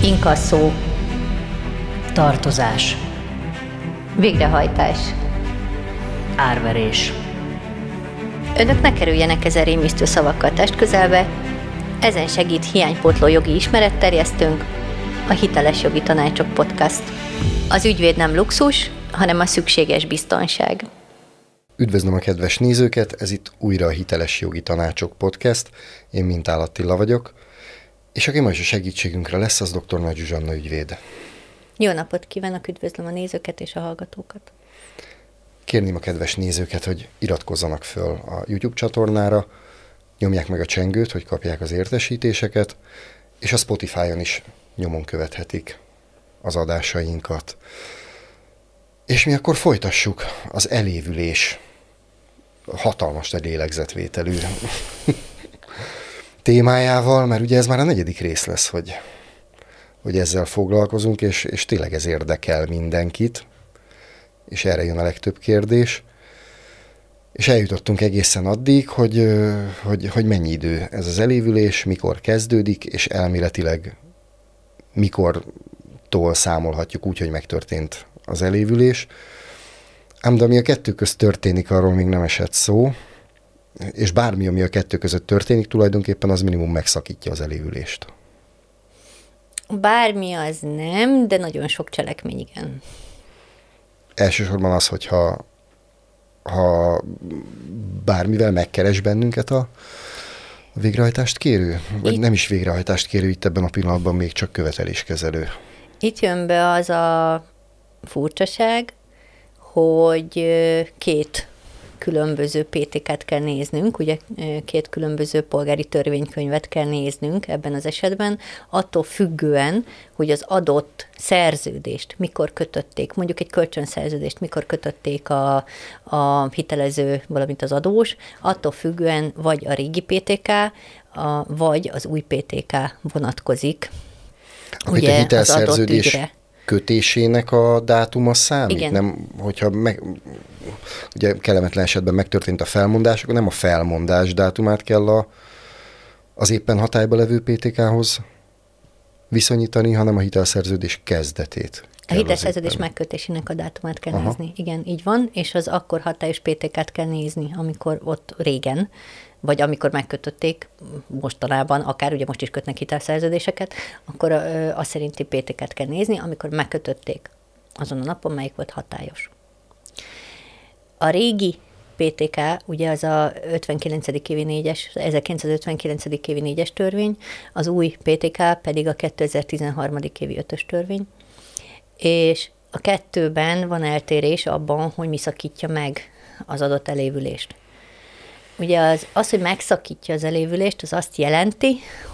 Inkasszó, tartozás, végrehajtás, árverés. Önök ne kerüljenek ezen rémisztő szavakkal testközelbe, ezen segít hiánypótló jogi ismeretterjesztőnk, a Hiteles Jogi Tanácsok Podcast. Az ügyvéd nem luxus, hanem a szükséges biztonság. Üdvözlöm a kedves nézőket, ez itt újra a Hiteles Jogi Tanácsok Podcast. Én Mintál Attila vagyok, és aki ma is a segítségünkre lesz, az dr. Nagy Zsuzsanna ügyvéd. Jó napot kívánok, üdvözlöm a nézőket és a hallgatókat. Kérném a kedves nézőket, hogy iratkozzanak föl a YouTube csatornára, nyomják meg a csengőt, hogy kapják az értesítéseket, és a Spotify-on is nyomon követhetik az adásainkat. És mi akkor folytassuk az elévülés hatalmas lélegzetvételű témájával, mert ugye ez már a 4. rész lesz, hogy ezzel foglalkozunk, és tényleg ez érdekel mindenkit, és erre jön a legtöbb kérdés. És eljutottunk egészen addig, hogy mennyi idő ez az elévülés, mikor kezdődik, és elméletileg mikortól számolhatjuk úgy, hogy megtörtént az elévülés. Ám de ami a kettő közt történik, arról még nem esett szó, és bármi, ami a kettő között történik, tulajdonképpen az minimum megszakítja az elévülést. Bármi az nem, de nagyon sok cselekmény igen. Elsősorban az, hogyha bármivel megkeres bennünket a végrehajtást kérő, vagy nem is végrehajtást kérő, itt ebben a pillanatban még csak követeléskezelő. Itt jön be az a furcsaság, hogy két különböző PTK-t kell néznünk, ugye két különböző polgári törvénykönyvet kell néznünk ebben az esetben, attól függően, hogy az adott szerződést mikor kötötték, mondjuk egy kölcsönszerződést mikor kötötték a hitelező, valamint az adós, attól függően vagy a régi PTK, vagy az új PTK vonatkozik. Amit ugye, a hitelszerződés az adott ügyre kötésének a dátuma számít? Igen. Nem, hogyha ugye kellemetlen esetben megtörtént a felmondás, akkor nem a felmondás dátumát kell az éppen hatályba levő PTK-hoz viszonyítani, hanem a hitelszerződés kezdetét. A hitelszerződés megkötésének a dátumát kell nézni. Igen, így van, és az akkor hatályos PTK-t kell nézni, amikor ott régen, vagy amikor megkötötték, mostanában, akár ugye most is kötnek hitelszerződéseket, akkor azt szerinti PTK-t kell nézni, amikor megkötötték azon a napon, melyik volt hatályos. A régi PTK, ugye az a 59. évi 4-es, 1959. évi 4-es törvény, az új PTK pedig a 2013. évi 5-ös törvény, és a kettőben van eltérés abban, hogy mi szakítja meg az adott elévülést. Ugye az, hogy megszakítja az elévülést, az azt jelenti,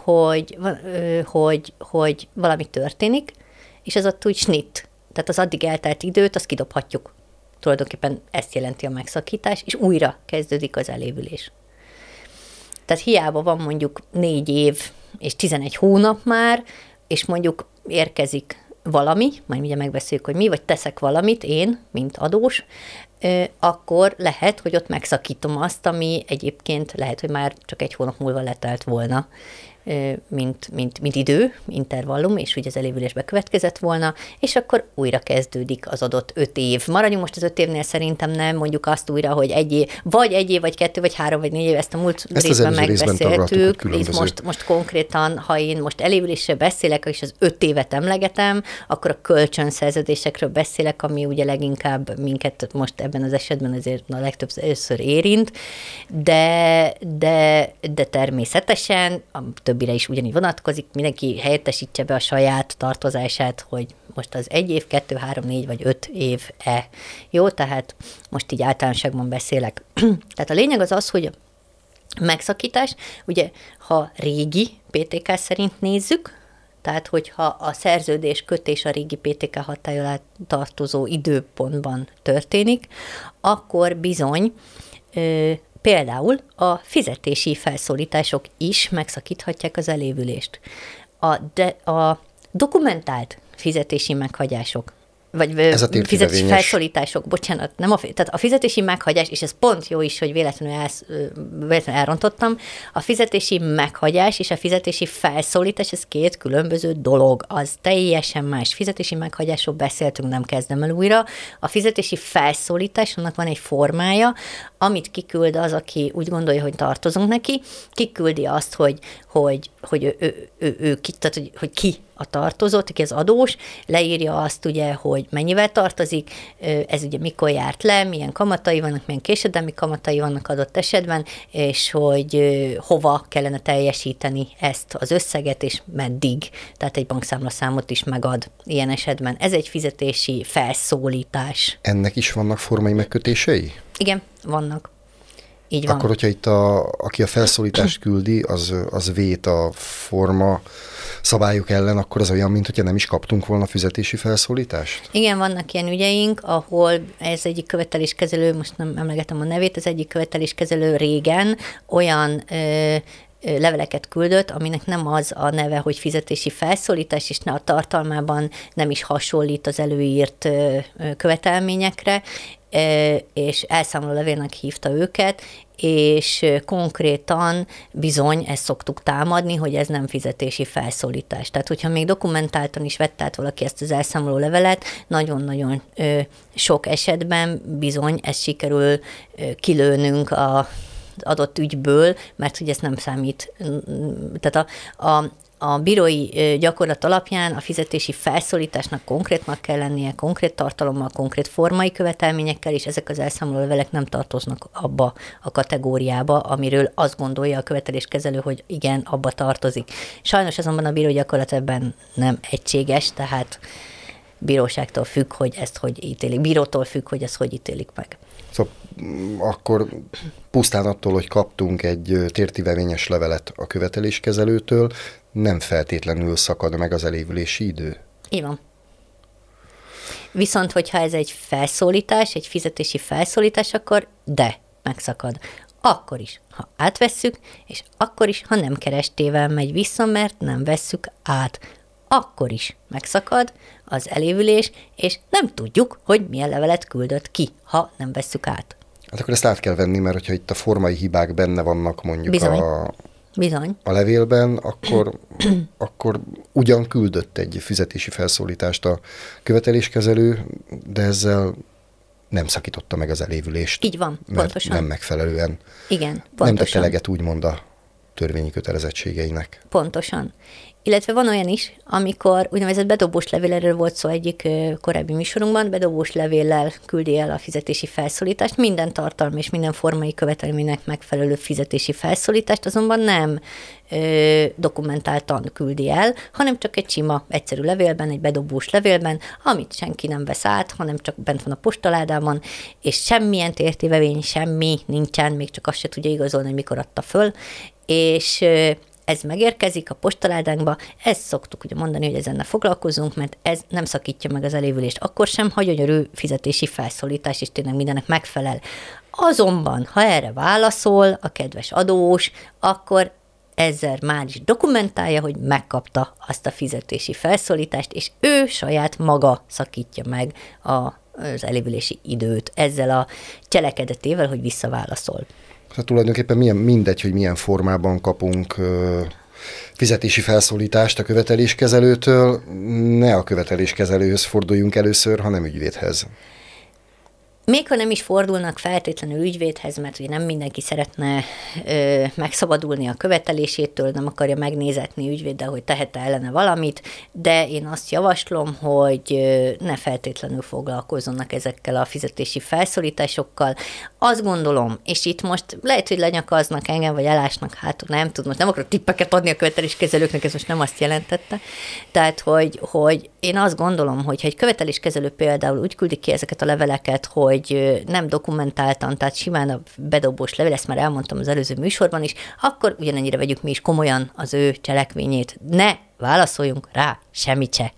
hogy valami történik, és az ott úgy snitt. Tehát az addig eltelt időt, azt kidobhatjuk. Tulajdonképpen ezt jelenti a megszakítás, és újra kezdődik az elévülés. Tehát hiába van mondjuk 4 év és 11 hónap már, és mondjuk érkezik valami, majd ugye megbeszéljük, hogy mi, vagy teszek valamit én, mint adós, akkor lehet, hogy ott megszakítom azt, ami egyébként lehet, hogy már csak 1 hónap múlva letelt volna, mint idő, intervallum, és ugye az elévülés bekövetkezett volna, és akkor újra kezdődik az adott 5 év. Maradjunk most az 5 évnél, szerintem nem mondjuk azt újra, hogy 1 év, vagy 2, vagy 3, vagy 4 év, ezt a múlt részben megbeszéltük, és most konkrétan, ha én most elévülésről beszélek, és az 5 évet emlegetem, akkor a kölcsönszerződésekről beszélek, ami ugye leginkább minket most ebben az esetben azért a legtöbbször érint, de természetesen a többire is ugyanígy vonatkozik, mindenki helyettesítse be a saját tartozását, hogy most az 1 év, 2, 3, 4 vagy 5 év-e. Jó, tehát most így általánosságban beszélek. Tehát a lényeg az, hogy a megszakítás, ugye, ha régi PTK szerint nézzük, tehát hogyha a szerződés kötés a régi PTK hatály alá tartozó időpontban történik, akkor bizony például a fizetési felszólítások is megszakíthatják az elévülést. A dokumentált fizetési meghagyások vagy Ez a fizetési tértibevényes. felszólítások, bocsánat, nem tehát a fizetési meghagyás, és ez pont jó is, hogy véletlenül elrontottam, a fizetési meghagyás és a fizetési felszólítás, ez két különböző dolog, az teljesen más. Fizetési meghagyásról beszéltünk, nem kezdem el újra. A fizetési felszólítás, annak van egy formája, amit kiküld az, aki úgy gondolja, hogy tartozunk neki, kiküldi azt, hogy ki a tartozott, ki az adós, leírja azt ugye, hogy mennyivel tartozik, ez ugye mikor járt le, milyen kamatai vannak, milyen késedelmi kamatai vannak adott esetben, és hogy hova kellene teljesíteni ezt az összeget, és meddig. Tehát egy bankszámlaszámot is megad ilyen esetben. Ez egy fizetési felszólítás. Ennek is vannak formai megkötései? Igen, vannak. Így van. Akkor, hogyha itt aki a felszólítást küldi, az vét a forma szabályok ellen, akkor az olyan, mint hogyha nem is kaptunk volna fizetési felszólítást? Igen, vannak ilyen ügyeink, ahol ez egyik követeléskezelő, most nem emlegetem a nevét, az egyik követeléskezelő régen olyan leveleket küldött, aminek nem az a neve, hogy fizetési felszólítás, és a tartalmában nem is hasonlít az előírt követelményekre, és elszámoló levélnek hívta őket, és konkrétan bizony ezt szoktuk támadni, hogy ez nem fizetési felszólítás. Tehát, hogyha még dokumentáltan is vett át valaki ezt az elszámoló levelet, nagyon-nagyon sok esetben bizony ezt sikerül kilőnünk az adott ügyből, mert hogy ez nem számít. Tehát a bírói gyakorlat alapján a fizetési felszólításnak konkrétnak kell lennie, konkrét tartalommal, konkrét formai követelményekkel, és ezek az elszámolólevelek nem tartoznak abba a kategóriába, amiről azt gondolja a követeléskezelő, hogy igen, abba tartozik. Sajnos azonban a bírói gyakorlat ebben nem egységes, tehát bíróságtól függ, hogy ezt hogy ítélik. Bírótól függ, hogy ezt hogy ítélik meg. Szóval akkor pusztán attól, hogy kaptunk egy tértivevényes levelet a követeléskezelőtől, nem feltétlenül szakad meg az elévülési idő? Így van. Viszont, hogyha ez egy felszólítás, egy fizetési felszólítás, akkor megszakad. Akkor is, ha átvesszük, és akkor is, ha nem kerestével megy vissza, mert nem vesszük át. Akkor is megszakad az elévülés, és nem tudjuk, hogy milyen levelet küldött ki, ha nem vesszük át. Hát akkor ezt át kell venni, mert hogyha itt a formai hibák benne vannak mondjuk Bizony. A levélben, akkor ugyan küldött egy fizetési felszólítást a követeléskezelő, de ezzel nem szakította meg az elévülést. Így van, mert pontosan. nem megfelelően. Igen, pontosan. Nem tett eleget úgymond a törvényi kötelezettségeinek. Pontosan. Illetve van olyan is, amikor úgynevezett bedobós levél, erről volt szó egyik korábbi műsorunkban, bedobós levéllel küldi el a fizetési felszólítást, minden tartalmi és minden formai követelménynek megfelelő fizetési felszólítást, azonban nem dokumentáltan küldi el, hanem csak egy sima, egyszerű levélben, egy bedobós levélben, amit senki nem vesz át, hanem csak bent van a postaládában, és semmilyen tértivevény, semmi nincsen, még csak azt se tudja igazolni, hogy mikor adta föl, és ez megérkezik a postaládánkba, ezt szoktuk ugye mondani, hogy ezen ne foglalkozunk, mert ez nem szakítja meg az elévülést akkor sem, ha gyönyörű fizetési felszólítás, és tényleg mindennek megfelel. Azonban, ha erre válaszol a kedves adós, akkor ezzel már is dokumentálja, hogy megkapta azt a fizetési felszólítást, és ő saját maga szakítja meg az elévülési időt ezzel a cselekedetével, hogy visszaválaszol. Hát tulajdonképpen mindegy, hogy milyen formában kapunk fizetési felszólítást a követeléskezelőtől, ne a követeléskezelőhöz forduljunk először, hanem ügyvédhez. Még ha nem is fordulnak feltétlenül ügyvédhez, mert ugye nem mindenki szeretne megszabadulni a követelésétől, nem akarja megnézetni ügyvéddel, hogy tehet-e ellene valamit, de én azt javaslom, hogy ne feltétlenül foglalkozzanak ezekkel a fizetési felszólításokkal. Azt gondolom, és itt most lehet, hogy lenyakaznak engem, vagy elásnak, hát nem tudom, most nem akarok tippeket adni a követeléskezelőknek, ez most nem azt jelentette. Tehát, hogy én azt gondolom, hogy ha egy követeléskezelő például úgy küldi ki ezeket a leveleket, hogy nem dokumentáltan, tehát simán a bedobós levél, ezt már elmondtam az előző műsorban is, akkor ugyanennyire vegyük mi is komolyan az ő cselekvényét. Ne válaszoljunk rá semmit se.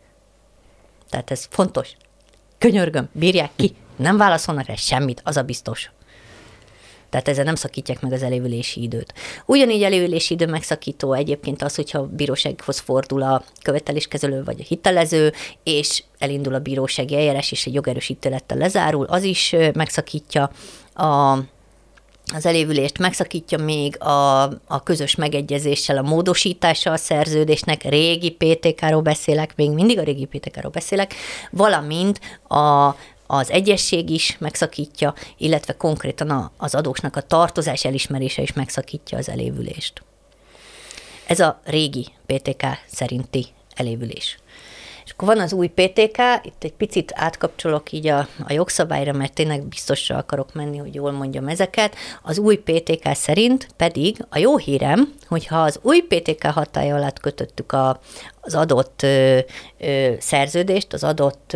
Tehát ez fontos. Könyörgöm, bírják ki. Nem válaszolnak rá semmit, az a biztos. Tehát ezzel nem szakítják meg az elévülési időt. Ugyanígy elévülési idő megszakító egyébként az, hogyha a bírósághoz fordul a követeléskezelő vagy a hitelező, és elindul a bírósági eljárás, és egy jogerős ítélettel lezárul, az is megszakítja az elévülést, megszakítja még a közös megegyezéssel a módosítása a szerződésnek, régi PTK-ról beszélek, még mindig a régi PTK-ról beszélek, valamint az egyesség is megszakítja, illetve konkrétan az adósnak a tartozás elismerése is megszakítja az elévülést. Ez a régi PTK szerinti elévülés. És akkor van az új PTK, itt egy picit átkapcsolok így a jogszabályra, mert tényleg biztosra akarok menni, hogy jól mondjam ezeket. Az új PTK szerint pedig a jó hírem, hogyha az új PTK hatálya alatt kötöttük az adott szerződést, az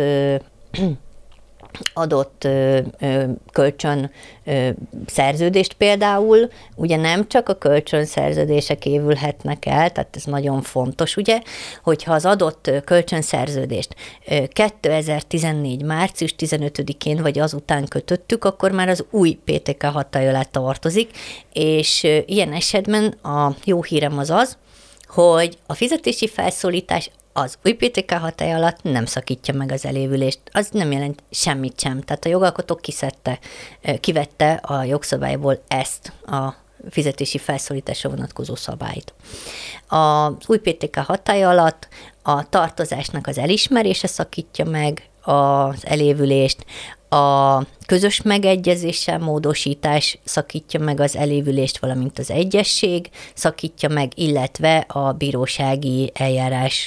adott kölcsön szerződést például, ugye nem csak a kölcsönszerződések évülhetnek el, tehát ez nagyon fontos, ugye, hogyha az adott kölcsönszerződést 2014. március 15-én vagy azután kötöttük, akkor már az új PTK hatály alá tartozik, és ilyen esetben a jó hírem az, hogy a fizetési felszólítás az új PTK hatály alatt nem szakítja meg az elévülést. Az nem jelent semmit sem. Tehát a jogalkotó kivette a jogszabályból ezt a fizetési felszólításra vonatkozó szabályt. Az új PTK hatály alatt a tartozásnak az elismerése szakítja meg az elévülést, a közös megegyezéssel módosítás szakítja meg az elévülést, valamint az egyesség szakítja meg, illetve a bírósági eljárás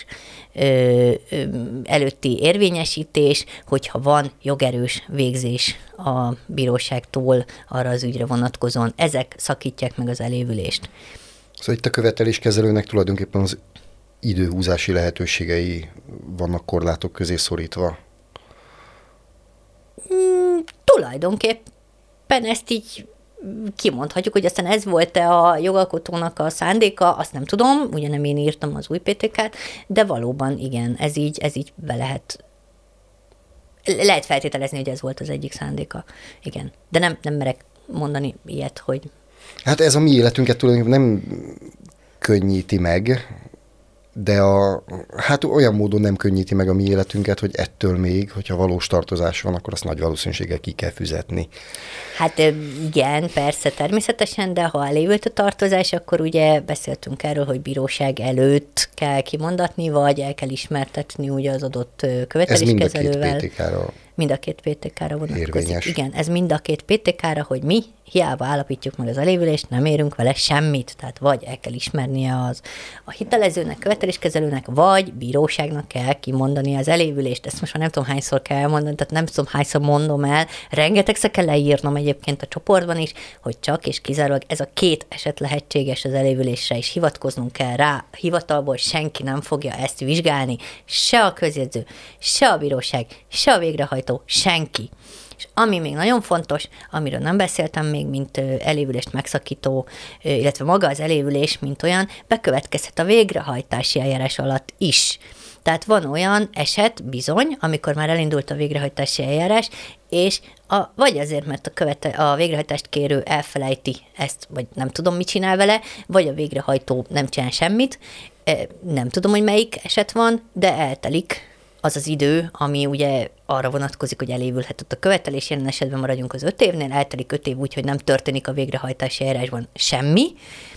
előtti érvényesítés, hogyha van jogerős végzés a bíróságtól arra az ügyre vonatkozóan. Ezek szakítják meg az elévülést. Szóval itt a követeléskezelőnek tulajdonképpen az időhúzási lehetőségei vannak korlátok közé szorítva. Tulajdonképpen ezt így kimondhatjuk, hogy aztán ez volt-e a jogalkotónak a szándéka, azt nem tudom, ugye nem én írtam az új PTK-t, de valóban igen, ez így be lehet feltételezni, hogy ez volt az egyik szándéka. Igen, de nem merek mondani ilyet, hogy... Hát ez a mi életünket tulajdonképpen nem könnyíti meg, de hát olyan módon nem könnyíti meg a mi életünket, hogy ettől még, hogyha valós tartozás van, akkor azt nagy valószínűséggel ki kell fizetni. Hát igen, persze, természetesen, de ha elévült a tartozás, akkor ugye beszéltünk erről, hogy bíróság előtt kell kimondatni, vagy el kell ismertetni ugye az adott követeléskezelővel. Ez mind a két PTK-ra mind a két PTK-ra vonatkozik. Érvényes. Igen, ez mind a két PTK-ra, hogy mi hiába állapítjuk meg az elévülést, nem érünk vele semmit. Tehát vagy el kell ismernie a hitelezőnek, követeléskezelőnek, vagy bíróságnak kell kimondani az elévülést. Ezt most már nem tudom hányszor kell elmondani, tehát nem tudom hányszor mondom el. Rengetegszer kell leírnom egyébként a csoportban is, hogy csak és kizárólag ez a két eset lehetséges az elévülésre, és hivatkoznunk kell rá. Hivatalból senki nem fogja ezt vizsgálni, se a közjegyző, se a bíróság, se a végrehajtó, senki. És ami még nagyon fontos, amiről nem beszéltem még, mint elévülést megszakító, illetve maga az elévülés, mint olyan, bekövetkezhet a végrehajtási eljárás alatt is. Tehát van olyan eset bizony, amikor már elindult a végrehajtási eljárás, és vagy azért, mert a végrehajtást kérő elfelejti ezt, vagy nem tudom, mit csinál vele, vagy a végrehajtó nem csinál semmit, nem tudom, hogy melyik eset van, de eltelik az az idő, ami ugye arra vonatkozik, hogy elévülhetett a követelés, jelen esetben maradjunk az 5 évnél, eltelik 5 év úgy, hogy nem történik a végrehajtási eljárásban semmi.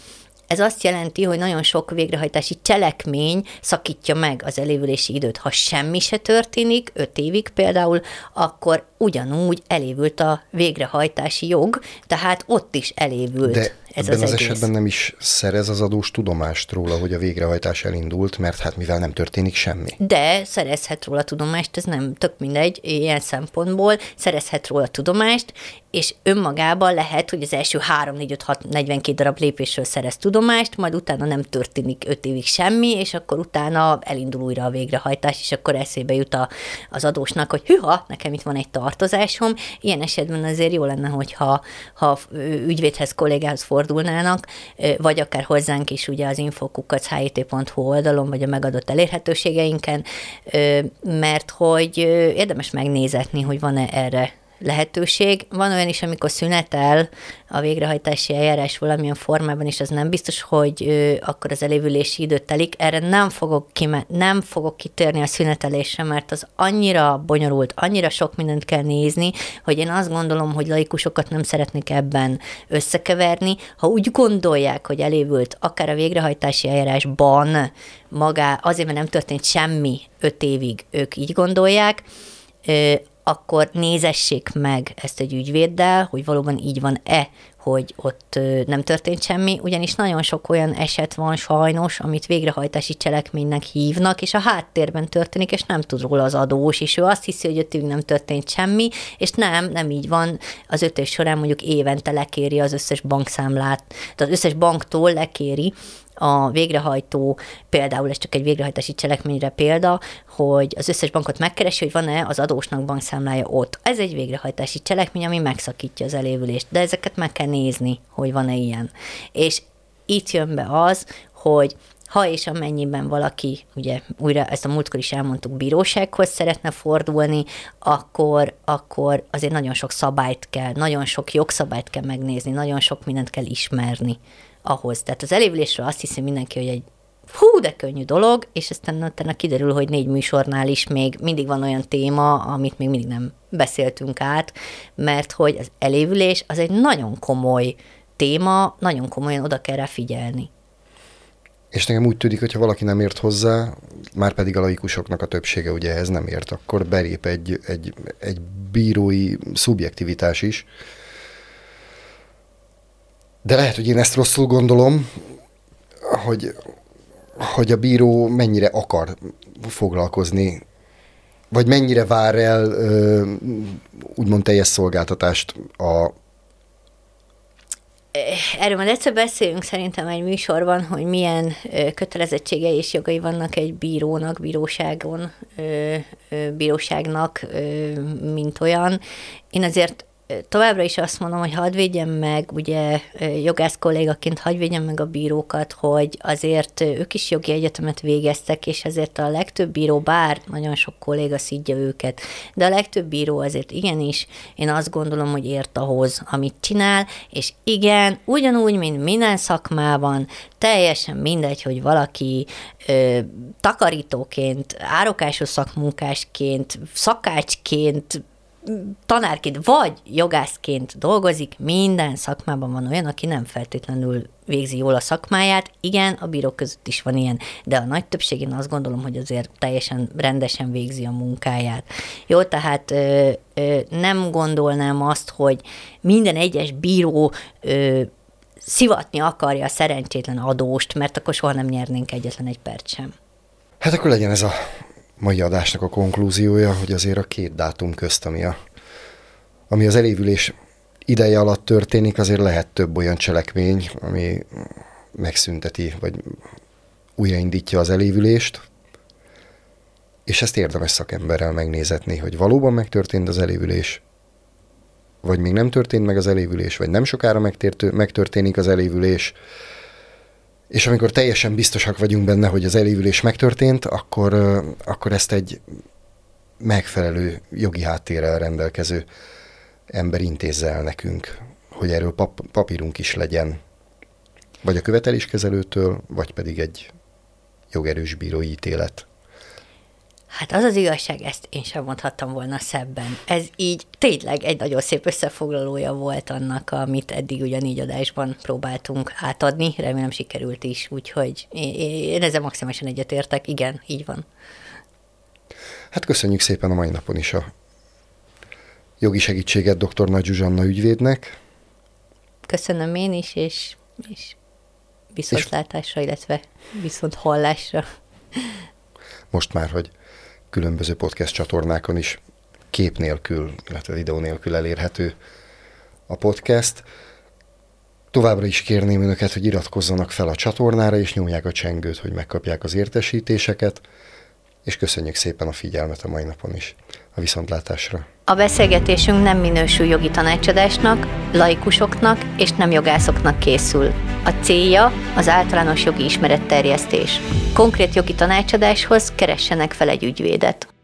Ez azt jelenti, hogy nagyon sok végrehajtási cselekmény szakítja meg az elévülési időt. Ha semmi se történik, 5 évig például, akkor ugyanúgy elévült a végrehajtási jog, tehát ott is elévült de ez ebben az az egész. esetben nem is szerez az adós tudomást róla, hogy a végrehajtás elindult, mert hát mivel nem történik semmi. De szerezhet róla tudomást, ez nem tök mindegy, ilyen szempontból szerezhet róla tudomást, és önmagában lehet, hogy az első 3, 4, 5, 6, 42 darab lépésről szerez tudomást, majd utána nem történik 5 évig semmi, és akkor utána elindul újra a végrehajtás, és akkor eszébe jut az adósnak, hogy hűha, nekem itt van egy tartozásom. Ilyen esetben azért jó lenne, hogyha ügyvédhez, kollégához fordulnának, vagy akár hozzánk is ugye az info@hit.hu oldalon, vagy a megadott elérhetőségeinken, mert hogy érdemes megnézetni, hogy van-e erre lehetőség. Van olyan is, amikor szünetel a végrehajtási eljárás valamilyen formában, és az nem biztos, hogy akkor az elévülési időt telik. Erre nem fogok kitérni a szünetelésre, mert az annyira bonyolult, annyira sok mindent kell nézni, hogy én azt gondolom, hogy laikusokat nem szeretnék ebben összekeverni. Ha úgy gondolják, hogy elévült akár a végrehajtási eljárásban azért, mert nem történt semmi 5 évig, ők így gondolják, akkor nézessék meg ezt egy ügyvéddel, hogy valóban így van-e, hogy ott nem történt semmi, ugyanis nagyon sok olyan eset van sajnos, amit végrehajtási cselekménynek hívnak, és a háttérben történik, és nem tud róla az adós, és ő azt hiszi, hogy 5 évig nem történt semmi, és nem így van. Az 5 év során mondjuk évente lekéri az összes bankszámlát, tehát az összes banktól lekéri a végrehajtó, például ez csak egy végrehajtási cselekményre példa, hogy az összes bankot megkeresi, hogy van-e az adósnak bankszámlája ott. Ez egy végrehajtási cselekmény, ami megszakítja az elévülést, de ezeket meg kell nézni, hogy van-e ilyen. És itt jön be az, hogy ha és amennyiben valaki, ugye újra ezt a múltkor is elmondtuk, bírósághoz szeretne fordulni, akkor azért nagyon sok szabályt kell, nagyon sok jogszabályt kell megnézni, nagyon sok mindent kell ismerni ahhoz. Tehát az elévülésről azt hiszi mindenki, hogy egy de könnyű dolog, és aztán utána kiderül, hogy 4 műsornál is még mindig van olyan téma, amit még mindig nem beszéltünk át, mert hogy az elévülés az egy nagyon komoly téma, nagyon komolyan oda kell rá figyelni. És nekem úgy tűnik, hogyha valaki nem ért hozzá, már pedig a laikusoknak a többsége ugye ehhez nem ért, akkor belép egy bírói szubjektivitás is. De lehet, hogy én ezt rosszul gondolom, hogy a bíró mennyire akar foglalkozni, vagy mennyire vár el úgymond teljes szolgáltatást Erről majd egyszer beszélünk szerintem egy műsorban, hogy milyen kötelezettségei és jogai vannak egy bíróságnak, mint olyan. Én azért továbbra is azt mondom, hogy hadd védjem meg, ugye jogász kollégaként hadd védjem meg a bírókat, hogy azért ők is jogi egyetemet végeztek, és azért a legtöbb bíró, bár nagyon sok kolléga szidja őket, de a legtöbb bíró azért igenis, én azt gondolom, hogy ért ahhoz, amit csinál, és igen, ugyanúgy, mint minden szakmában, teljesen mindegy, hogy valaki takarítóként, árokású szakmunkásként, szakácsként, tanárként vagy jogászként dolgozik, minden szakmában van olyan, aki nem feltétlenül végzi jól a szakmáját. Igen, a bírók között is van ilyen, de a nagy többség én azt gondolom, hogy azért teljesen rendesen végzi a munkáját. Jó, tehát nem gondolnám azt, hogy minden egyes bíró szivatni akarja a szerencsétlen adóst, mert akkor soha nem nyernénk egyetlen egy perc sem. Hát akkor legyen ez a mai adásnak a konklúziója, hogy azért a 2 dátum közt, ami az elévülés ideje alatt történik, azért lehet több olyan cselekmény, ami megszünteti, vagy újraindítja az elévülést, és ezt érdemes szakemberrel megnézetni, hogy valóban megtörtént az elévülés, vagy még nem történt meg az elévülés, vagy nem sokára megtörténik az elévülés, és amikor teljesen biztosak vagyunk benne, hogy az elévülés megtörtént, akkor ezt egy megfelelő jogi háttérrel rendelkező ember intézze el nekünk, hogy erről papírunk is legyen. Vagy a követeléskezelőtől, vagy pedig egy jogerős bírói ítélet. Hát az az igazság, ezt én sem mondhattam volna szebben. Ez így tényleg egy nagyon szép összefoglalója volt annak, amit eddig ugye 4 adásban próbáltunk átadni. Remélem sikerült is, úgyhogy én ezzel maximálisan egyetértek. Igen, így van. Hát köszönjük szépen a mai napon is a jogi segítséget dr. Nagy Zsuzsanna ügyvédnek. Köszönöm én is, és viszontlátásra, illetve viszont hallásra. Most már, hogy különböző podcast csatornákon is kép nélkül, illetve videó nélkül elérhető a podcast. Továbbra is kérném önöket, hogy iratkozzanak fel a csatornára, és nyomják a csengőt, hogy megkapják az értesítéseket, és köszönjük szépen a figyelmet a mai napon is. A viszontlátásra! A beszélgetésünk nem minősül jogi tanácsadásnak, laikusoknak és nem jogászoknak készül. A célja az általános jogi ismeretterjesztés. Konkrét jogi tanácsadáshoz keressenek fel egy ügyvédet.